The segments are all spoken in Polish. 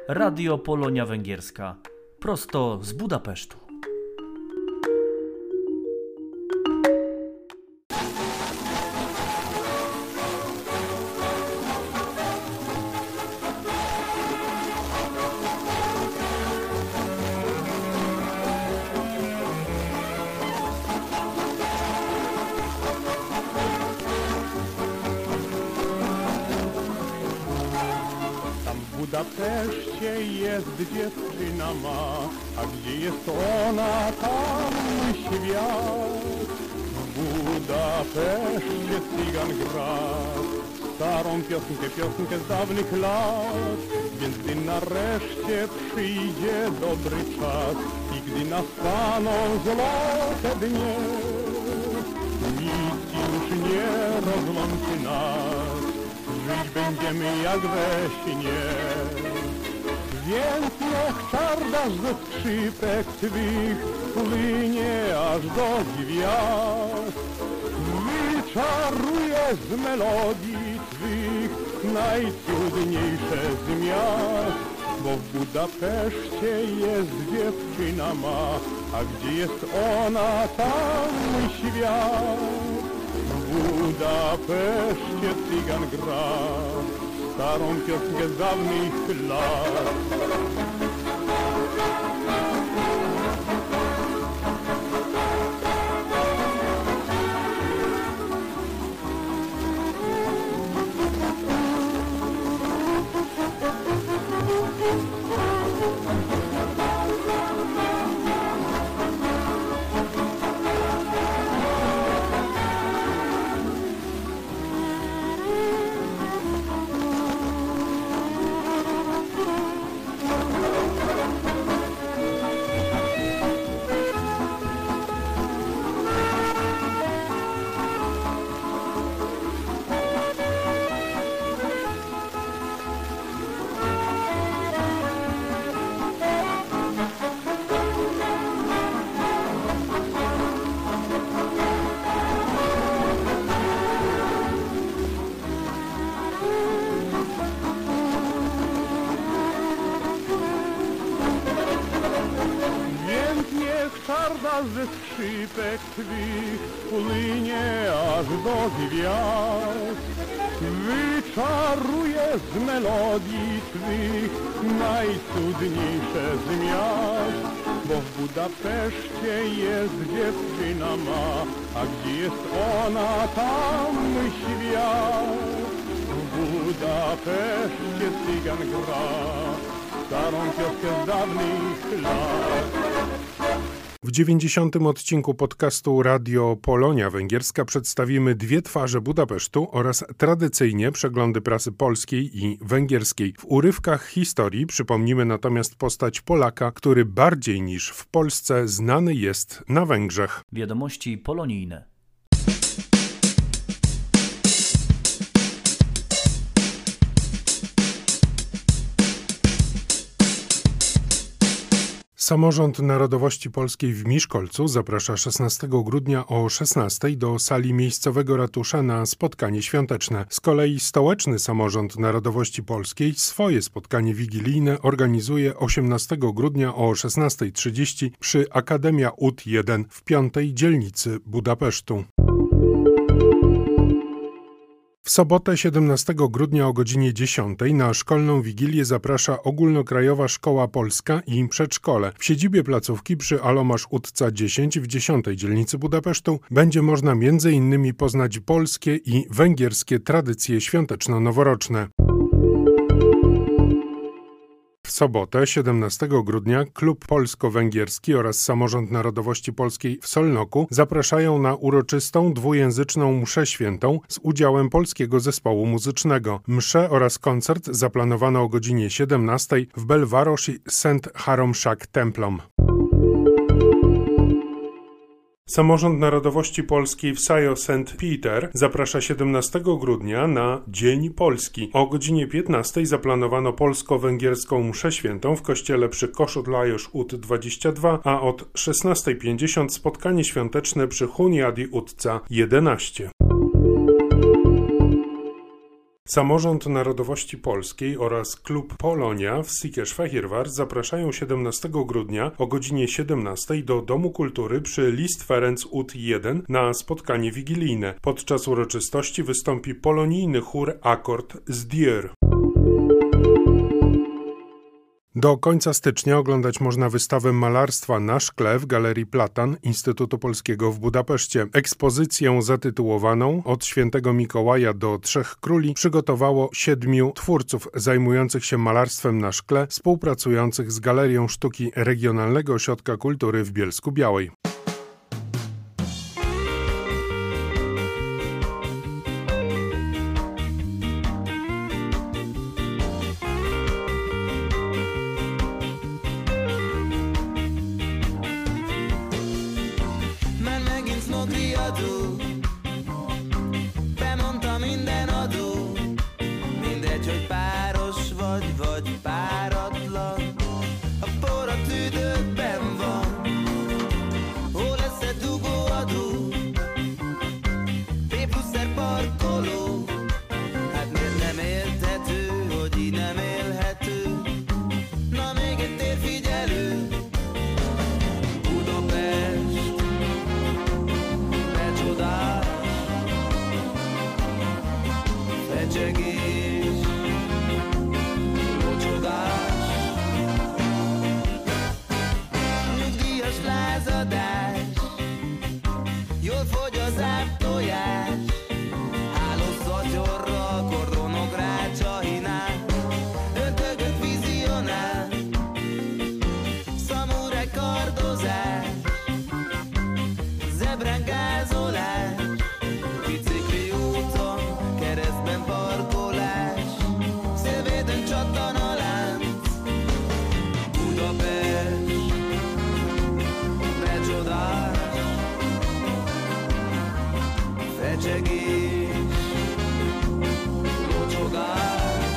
Radio Polonia Węgierska, prosto z Budapesztu. W Budapeszcie jest dziewczyna ma, a gdzie jest ona, tam świat. W Budapeszcie cygan gra starą piosenkę z dawnych lat. Więc gdy nareszcie przyjdzie dobry czas i gdy nastaną złote dnie, nic już nie rozłączy nas. Żyć będziemy jak we śnie. Więc niech czardasz ze skrzypek twych płynie aż do gwiazd. Wyczaruje z melodii twych najcudniejsze z miast. Bo w Budapeszcie jest dziewczyna ma, a gdzie jest ona, tam świat. W Budapeszcie cygan gra starą piosenkę z dawnych lat. Czarda ze skrzypek twych płynie aż do gwiazd. Wyczaruje z melodii twych najcudniejsze z miast. Bo w Budapeszcie jest dziewczyna ma, a gdzie jest ona, tam świat. W Budapeszcie cygan gra starą piosenkę z dawnych lat. W 90. odcinku podcastu Radio Polonia Węgierska przedstawimy dwie twarze Budapesztu oraz tradycyjnie przeglądy prasy polskiej i węgierskiej. W urywkach historii przypomnimy natomiast postać Polaka, który bardziej niż w Polsce znany jest na Węgrzech. Wiadomości polonijne. Samorząd Narodowości Polskiej w Miszkolcu zaprasza 16 grudnia o 16 do sali miejscowego ratusza na spotkanie świąteczne. Z kolei Stołeczny Samorząd Narodowości Polskiej swoje spotkanie wigilijne organizuje 18 grudnia o 16:30 przy Akademia UT 1 w 5. dzielnicy Budapesztu. W sobotę 17 grudnia o godzinie 10 na szkolną wigilię zaprasza Ogólnokrajowa Szkoła Polska i Przedszkole. W siedzibie placówki przy Alomasz Utca 10 w 10. dzielnicy Budapesztu będzie można m.in. poznać polskie i węgierskie tradycje świąteczno-noworoczne. W sobotę 17 grudnia Klub Polsko-Węgierski oraz Samorząd Narodowości Polskiej w Solnoku zapraszają na uroczystą dwujęzyczną mszę świętą z udziałem polskiego zespołu muzycznego. Mszę oraz koncert zaplanowano o godzinie 17 w Belvárosi Szent Háromság templom. Samorząd Narodowości Polskiej w Sajo St. Peter zaprasza 17 grudnia na Dzień Polski. O godzinie 15 zaplanowano polsko-węgierską mszę świętą w kościele przy Kossuth Lajos út 22, a od 16:50 spotkanie świąteczne przy Hunyadi Utca 11. Samorząd Narodowości Polskiej oraz Klub Polonia w Székesfehérvár zapraszają 17 grudnia o godzinie 17 do Domu Kultury przy Liszt Ferenc ut 1 na spotkanie wigilijne. Podczas uroczystości wystąpi polonijny chór Akord z Dier. Do końca stycznia oglądać można wystawę malarstwa na szkle w Galerii Platan Instytutu Polskiego w Budapeszcie. Ekspozycję zatytułowaną Od Świętego Mikołaja do Trzech Króli przygotowało 7 twórców zajmujących się malarstwem na szkle, współpracujących z Galerią Sztuki Regionalnego Ośrodka Kultury w Bielsku-Białej. Bemondta minden adó, mindegy, hogy páros vagy páratlan. A por a tüdőkben van, hol lesz-e dugóadó, P+R parkoló. Hát miért nem érthető, hogy így nem élhető? Na még egy térfigyelő, Budapest, becsodál. Fecsegés, locsogás, nyugdíjas lázadás, jól fogy az áptojás, hálós szatyorral, kordonok rácsahinál, ördögök vizionál, szamuráj kardozás, zebrán gázolás, bicikli úton, keresztben parkolás, szélvédőn csattan a lánc, Budapest, becsodás, fecsegés, locsogás.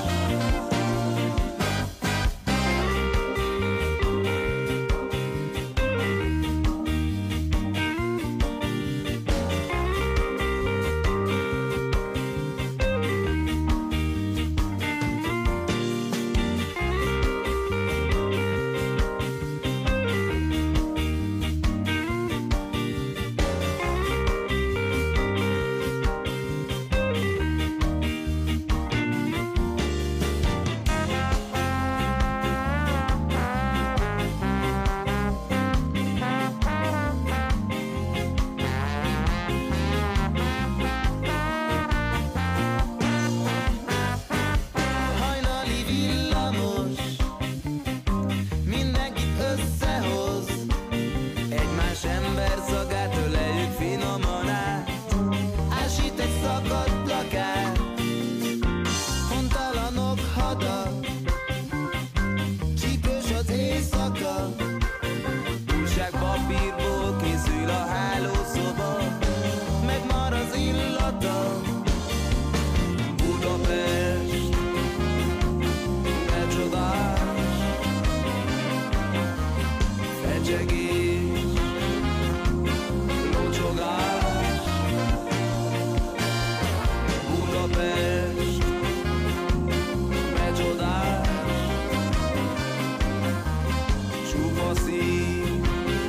Hajnali villamos, mindenkit összehoz, egymás emberszagát öleljük finoman át, ásít egy szakadt plakát, hontalanok hada, csípős az éjszaka, újságpapírból készül a hálószoba, megmar az illata, Budapest, becsodás, fecsegés, locsogás, Budapest, becsodás, csupa szív,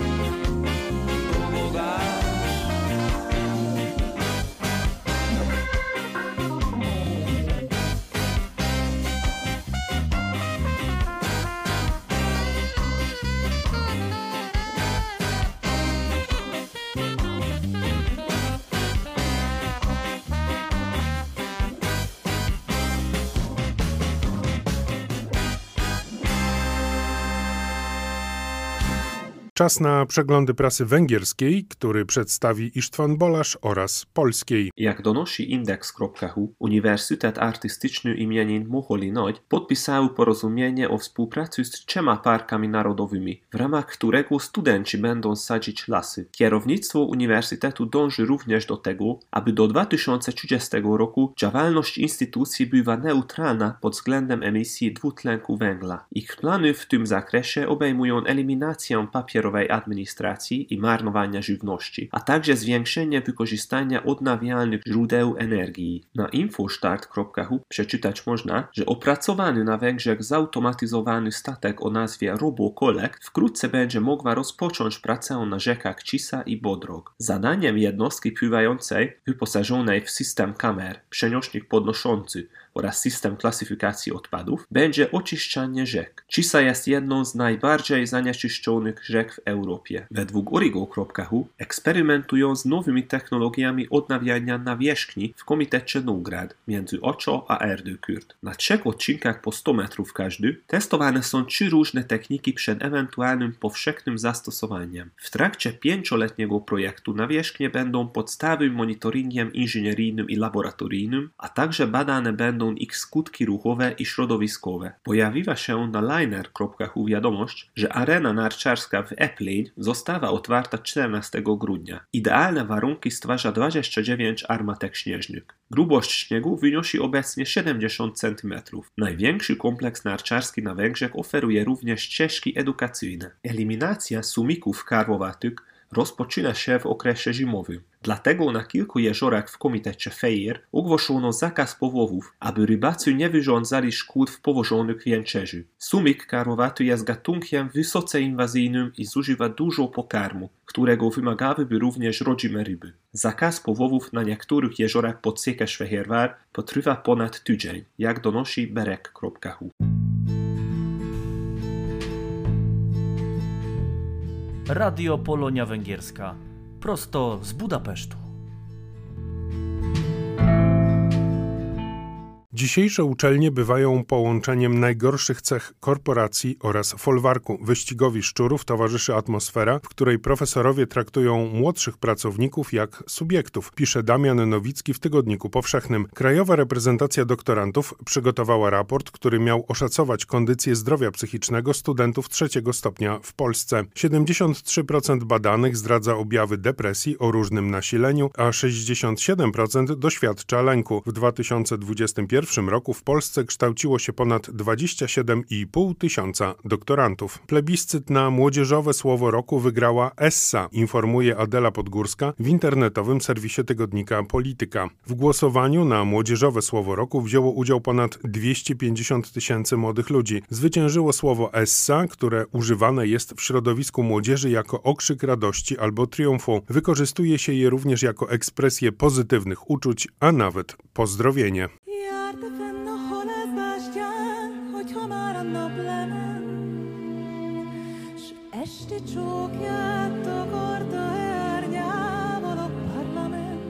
dobogás. Czas na przeglądy prasy węgierskiej, który przedstawi István Balázs, oraz polskiej. Jak donosi Index.hu, Uniwersytet Artystyczny imienia Moholy Nagy podpisał porozumienie o współpracy z 3 parkami narodowymi, w ramach którego studenci będą sadzić lasy. Kierownictwo uniwersytetu dąży również do tego, aby do 2030 roku działalność instytucji była neutralna pod względem emisji dwutlenku węgla. Ich plany w tym zakresie obejmują eliminację papierowej papierowej administracji i marnowania żywności, a także zwiększenie wykorzystania odnawialnych źródeł energii. Na infostart.hu przeczytać można, że opracowany na Węgrzech zautomatyzowany statek o nazwie RoboCollect wkrótce będzie mogła rozpocząć pracę na rzekach Tisa i Bodrog. Zadaniem jednostki pływającej wyposażonej w system kamer, przenośnik podnoszący oraz system klasyfikacji odpadów będzie oczyszczanie rzek. Tisa jest jedną z najbardziej zanieczyszczonych rzek w Europie. Według Origo.hu eksperymentują z nowymi technologiami odnawiania nawierzchni w Komitecie Nógrad między Oczo a Erdőkürt. Na 3 odcinkach po 100 metrów każdy testowane są 3 różne techniki przed ewentualnym powszechnym zastosowaniem. W trakcie 5-letniego projektu nawierzchnie będą pod stałym monitoringiem inżynieryjnym i laboratoryjnym, a także badane będą ich skutki ruchowe i środowiskowe. Pojawiła się na liner.hu wiadomość, że arena narciarska w Eplin została otwarta 14 grudnia. Idealne warunki stwarza 29 armatek śnieżnych. Grubość śniegu wynosi obecnie 70 cm. Największy kompleks narciarski na Węgrzech oferuje również ścieżki edukacyjne. Eliminacja sumików karłowatych rozpoczyna się w okresie zimowym. Dlatego na kilku jeziorach w Komitecie Fejér ogłoszono zakaz połowów, aby rybacy nie wyrządzali szkód w powożonych więczerzy. Sumik karłowaty jest gatunkiem wysoce inwazyjnym i zużywa dużo pokarmu, którego wymagałyby również rodzime ryby. Zakaz połowów na niektórych jeziorach pod Székesfehérvár potrwa ponad tydzień, jak donosi berek.hu. Radio Polonia Węgierska. Prosto z Budapesztu. Dzisiejsze uczelnie bywają połączeniem najgorszych cech korporacji oraz folwarku. Wyścigowi szczurów towarzyszy atmosfera, w której profesorowie traktują młodszych pracowników jak subiektów, pisze Damian Nowicki w Tygodniku Powszechnym. Krajowa reprezentacja doktorantów przygotowała raport, który miał oszacować kondycję zdrowia psychicznego studentów 3 stopnia w Polsce. 73% badanych zdradza objawy depresji o różnym nasileniu, a 67% doświadcza lęku. W 2021 roku w Polsce kształciło się ponad 27,5 tysiąca doktorantów. Plebiscyt na młodzieżowe słowo roku wygrała Essa, informuje Adela Podgórska w internetowym serwisie tygodnika Polityka. W głosowaniu na młodzieżowe słowo roku wzięło udział ponad 250 tysięcy młodych ludzi. Zwyciężyło słowo Essa, które używane jest w środowisku młodzieży jako okrzyk radości albo triumfu. Wykorzystuje się je również jako ekspresję pozytywnych uczuć, a nawet pozdrowienie. Járta fenn a halászbástyán, hogyha már a nap lement, s esti csókját takarta árnyával a parlament.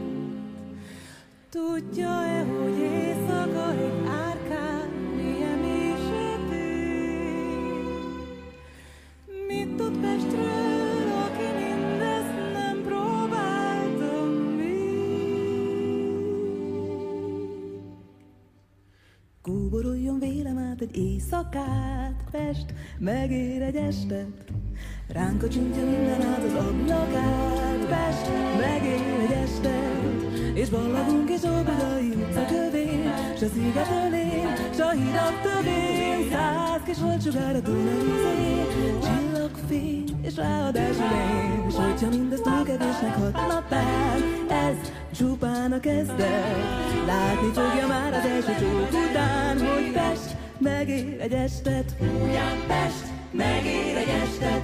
Tudja-e, hogy éjszaka egy árkán milyen mélysetű? Mit tud Pestről, aki mindezt nem próbálta még? Kóboroljon vélem át egy éjszakát, Pest megér egy estet. Ránk a csintja minden át az ablakát, Pest megér egy estet. És ballagunk és Óbudai utca kövén, s a szigetelén, s a hidak tövén. 100 kis holtsugár a Duna vízén, csillagfény és ráadásul én. És hogyha mindez túl kevésnek hatna pár, ez csupán a kezdet. Látni fogja már az első csók után, hogy Pest megér egy estet. Ugyan Pest megér egy estet.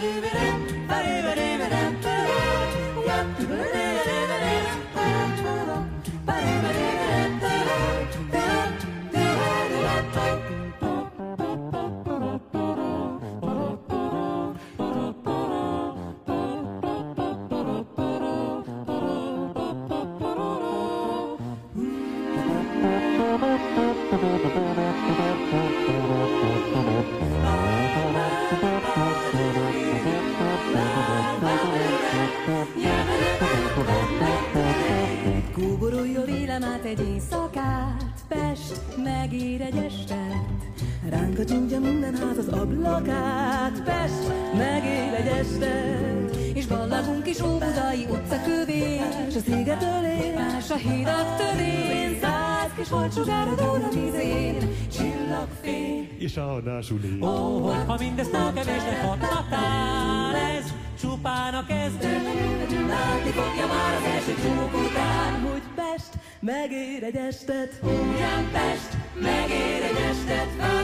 Kóborolja vélem át egy éjszakát, Pest megér egy estet. Ránk a csúnya minden ház az ablakát, Pest megér egy estet. És ballagunk is Óbudai utca kövén, s a szigetölén, s a hidak tövén. 100 kis holtsugár a Duna vízén, csillagfény és ráadásul én. Ó, ha mindezt túl kevésnek hatnapál, ez csupán a kezdet. Látni fogja már az első csók után, hogy Pest megér egy estet. Ugyan Pest megér egy estet.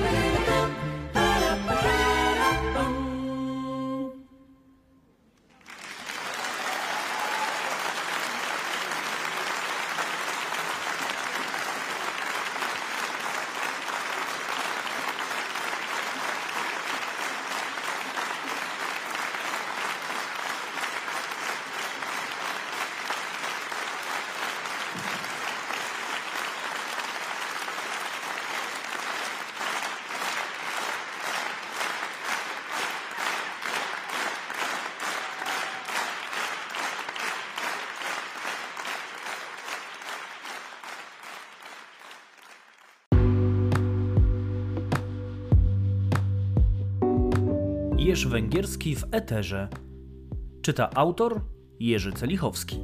Jerzy Węgierski w eterze. Czyta autor Jerzy Celichowski.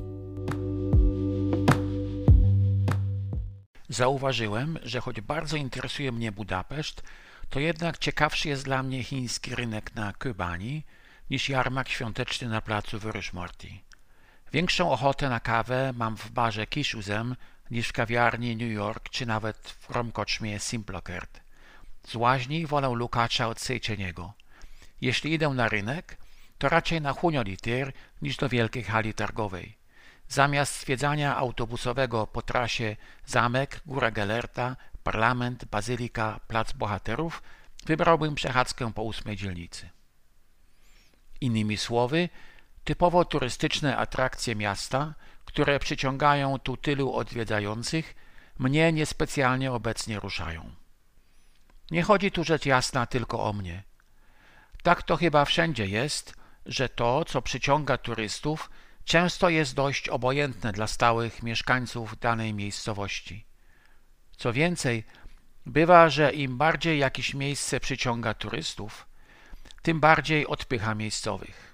Zauważyłem, że choć bardzo interesuje mnie Budapeszt, to jednak ciekawszy jest dla mnie chiński rynek na Kőbáni niż jarmark świąteczny na placu Vörösmarty. Większą ochotę na kawę mam w barze Kishuzem niż w kawiarni New York czy nawet w kromkoczmie Simplokert. Z łaźni wolę Lukacza od Sejczeniego. Jeśli idę na rynek, to raczej na Hunio-Lityr niż do wielkiej hali targowej. Zamiast zwiedzania autobusowego po trasie zamek, Góra Gellerta, parlament, bazylika, plac bohaterów, wybrałbym przechadzkę po 8 dzielnicy. Innymi słowy, typowo turystyczne atrakcje miasta, które przyciągają tu tylu odwiedzających, mnie niespecjalnie obecnie ruszają. Nie chodzi tu rzecz jasna tylko o mnie. Tak to chyba wszędzie jest, że to, co przyciąga turystów, często jest dość obojętne dla stałych mieszkańców danej miejscowości. Co więcej, bywa, że im bardziej jakieś miejsce przyciąga turystów, tym bardziej odpycha miejscowych.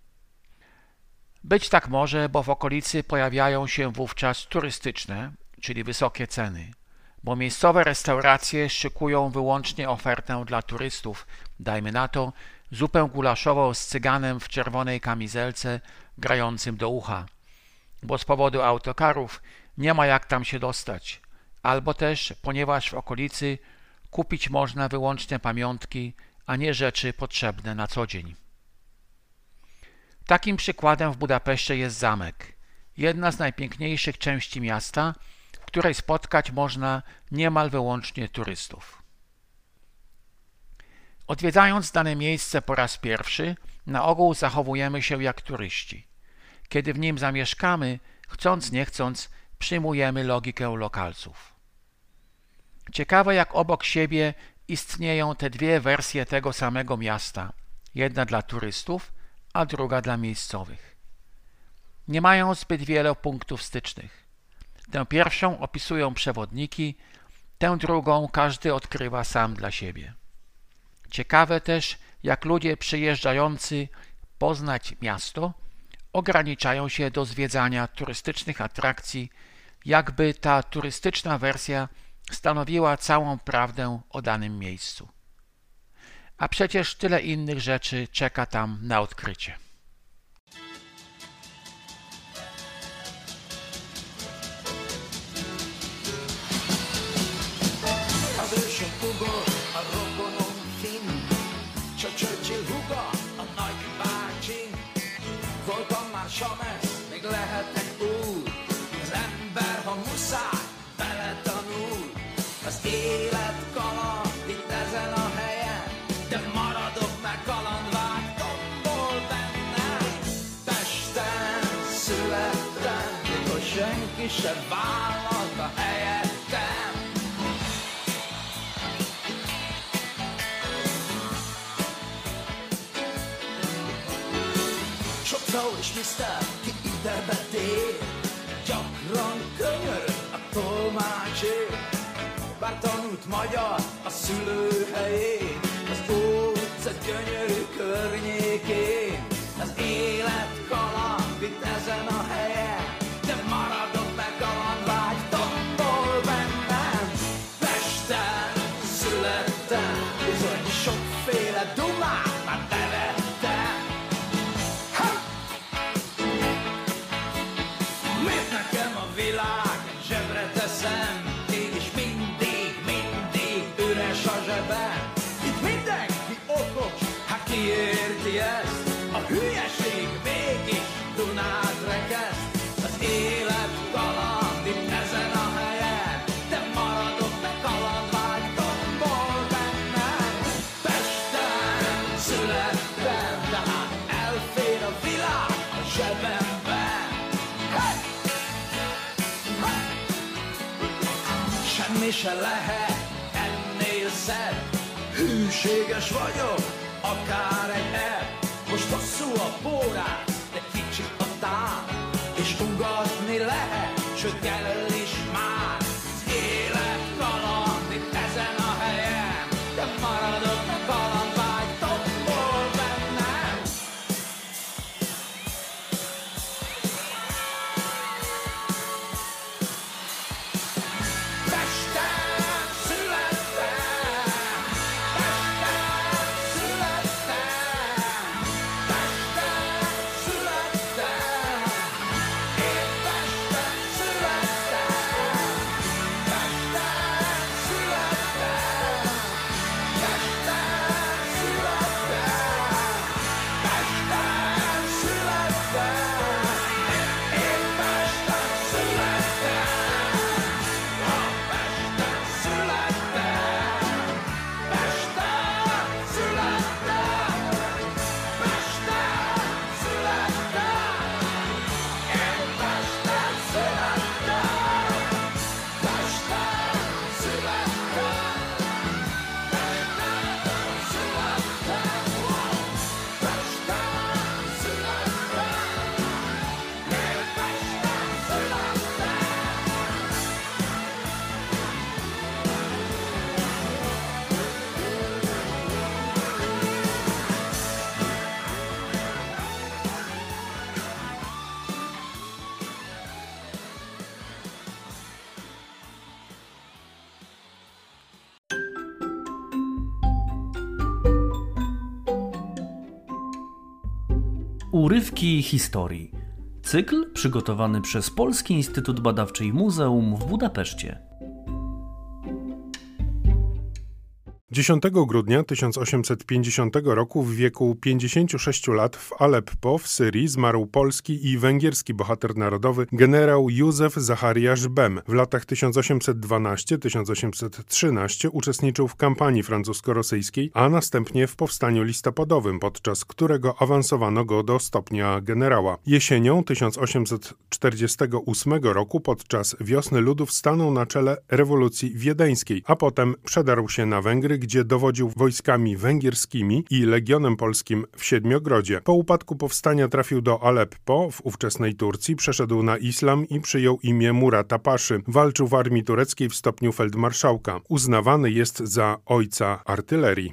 Być tak może, bo w okolicy pojawiają się wówczas turystyczne, czyli wysokie ceny, bo miejscowe restauracje szykują wyłącznie ofertę dla turystów, dajmy na to zupę gulaszową z cyganem w czerwonej kamizelce grającym do ucha, bo z powodu autokarów nie ma jak tam się dostać, albo też ponieważ w okolicy kupić można wyłącznie pamiątki, a nie rzeczy potrzebne na co dzień. Takim przykładem w Budapeszcie jest zamek, jedna z najpiękniejszych części miasta, w której spotkać można niemal wyłącznie turystów. Odwiedzając dane miejsce po raz pierwszy, na ogół zachowujemy się jak turyści. Kiedy w nim zamieszkamy, chcąc nie chcąc, przyjmujemy logikę lokalców. Ciekawe, jak obok siebie istnieją te dwie wersje tego samego miasta, jedna dla turystów, a druga dla miejscowych. Nie mają zbyt wiele punktów stycznych. Tę pierwszą opisują przewodniki, tę drugą każdy odkrywa sam dla siebie. Ciekawe też, jak ludzie przyjeżdżający poznać miasto ograniczają się do zwiedzania turystycznych atrakcji, jakby ta turystyczna wersja stanowiła całą prawdę o danym miejscu. A przecież tyle innych rzeczy czeka tam na odkrycie. Még lehetek úgy, az ember, ha muszáj, beletanul. Az élet kaland itt ezen a helyen, de maradok meg kalandvágy, tombol bennem. Pesten születtem, mikor senki se vállalt a helyettem. Sok Raúl és Mr. ki ide betér, gyakran könyörög a tolmácsért. Bár tanult magyar a szülőhelyén, az utca gyönyörű környékén. Az élet kaland itt ezen a helyen, de maradok meg kalandvágy, tombol bennem. Pesten születtem, bizony sokféle dumát már bevettem. Ha! se lehet ennél szebb. Hűséges vagyok, akár egy ebb. Most hosszú a pórát, de kicsi a tár, és ugatni lehet, sőt kell is már. Az élet kaland itt ezen a helyen, de maradok a kalandvágy tombol bennem. Pesten születtem, Pesten születtem, Pesten születtem, én Pesten születtem, Pesten születtem, Pesten születtem, Pesten születtem, én Pesten születtem. Urywki historii. Cykl przygotowany przez Polski Instytut Badawczy i Muzeum w Budapeszcie. 10 grudnia 1850 roku w wieku 56 lat w Aleppo w Syrii zmarł polski i węgierski bohater narodowy generał Józef Zachariasz Bem. W latach 1812-1813 uczestniczył w kampanii francusko-rosyjskiej, a następnie w powstaniu listopadowym, podczas którego awansowano go do stopnia generała. Jesienią 1848 roku podczas Wiosny Ludów stanął na czele rewolucji wiedeńskiej, a potem przedarł się na Węgry, gdzie dowodził wojskami węgierskimi i Legionem Polskim w Siedmiogrodzie. Po upadku powstania trafił do Aleppo w ówczesnej Turcji, przeszedł na islam i przyjął imię Murata Paszy. Walczył w armii tureckiej w stopniu feldmarszałka. Uznawany jest za ojca artylerii.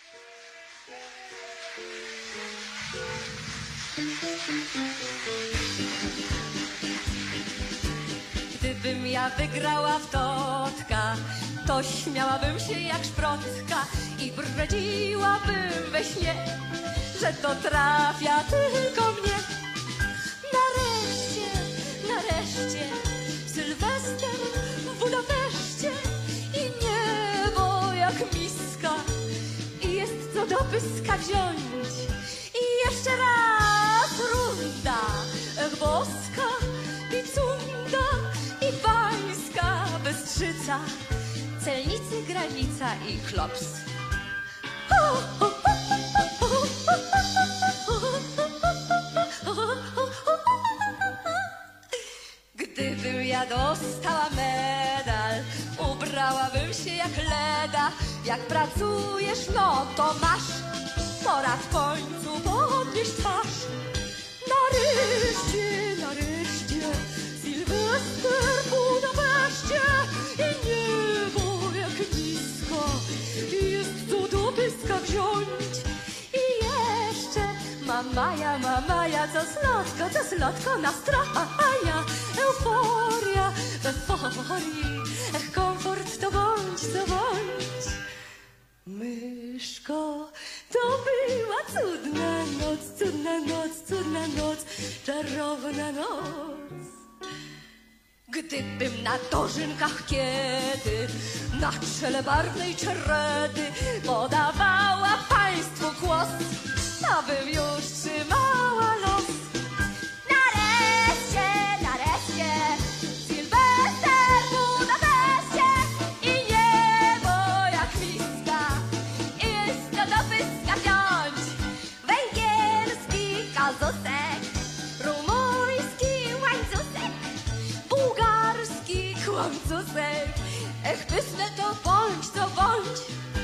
Gdybym ja wygrała w totka, to śmiałabym się jak szprotka i bredziłabym we śnie, że to trafia tylko mnie. Nareszcie, nareszcie, Sylwester w Budapeszcie i niebo jak miska i jest co do pyska wziąć. I jeszcze raz runda, boska i cunda i pańska Bystrzyca, Celnicy, Granica i Klops. Gdybym ja dostała medal, ubrałabym się jak Leda. Jak pracujesz, no to masz, pora w końcu podnieść twarz. Nareszcie, nareszcie, Sylwester w Budapeszcie i niebo jak blisko, jest co do pyska wziąć. I jeszcze mamaja, co słodko nastraja, euforia w euforii, komfort to bądź, co bądź. Myszko, to była cudna noc, cudna noc, cudna noc, czarowna noc. Gdybym na dożynkach kiedy na czele barwnej czeredy podawała państwu głos, to bym już trzymała los. Nareszcie, nareszcie, Sylwester w Budapeszcie i niebo jak miska i jest to do pyska wziąć. Węgierski kazusek, rumuński łańcuszek, bułgarski kłamcusek, ech, bądź co bądź.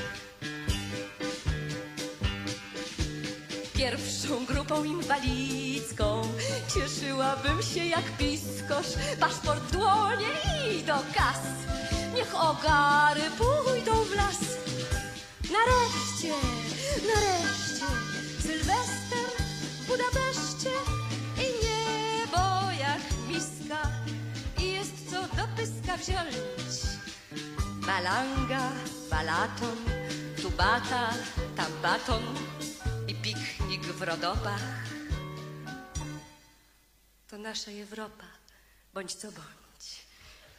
Pierwszą grupą inwalidzką cieszyłabym się jak piskosz. Paszport w dłonie i do kas. Niech ogary pójdą w las. Nareszcie, nareszcie Sylwester w Budapeszcie i niebo jak miska i jest co do pyska wziąć. Balanga, balaton, tu bata, tam baton i piknik w rodopach. To nasza Europa, bądź co bądź.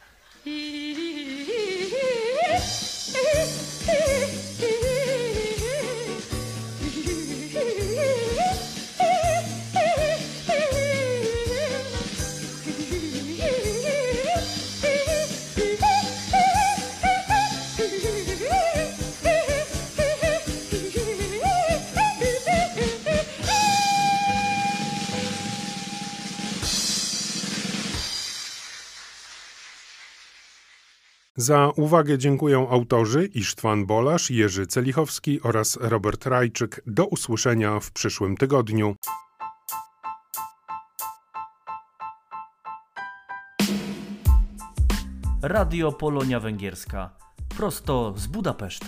Za uwagę dziękują autorzy Isztwan Bolasz, Jerzy Celichowski oraz Robert Rajczyk. Do usłyszenia w przyszłym tygodniu. Radio Polonia Węgierska. Prosto z Budapesztu.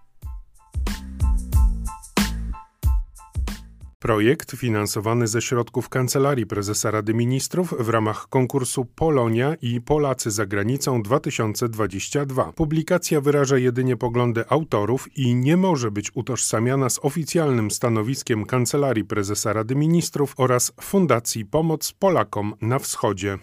Projekt finansowany ze środków Kancelarii Prezesa Rady Ministrów w ramach konkursu Polonia i Polacy za granicą 2022. Publikacja wyraża jedynie poglądy autorów i nie może być utożsamiana z oficjalnym stanowiskiem Kancelarii Prezesa Rady Ministrów oraz Fundacji Pomoc Polakom na Wschodzie.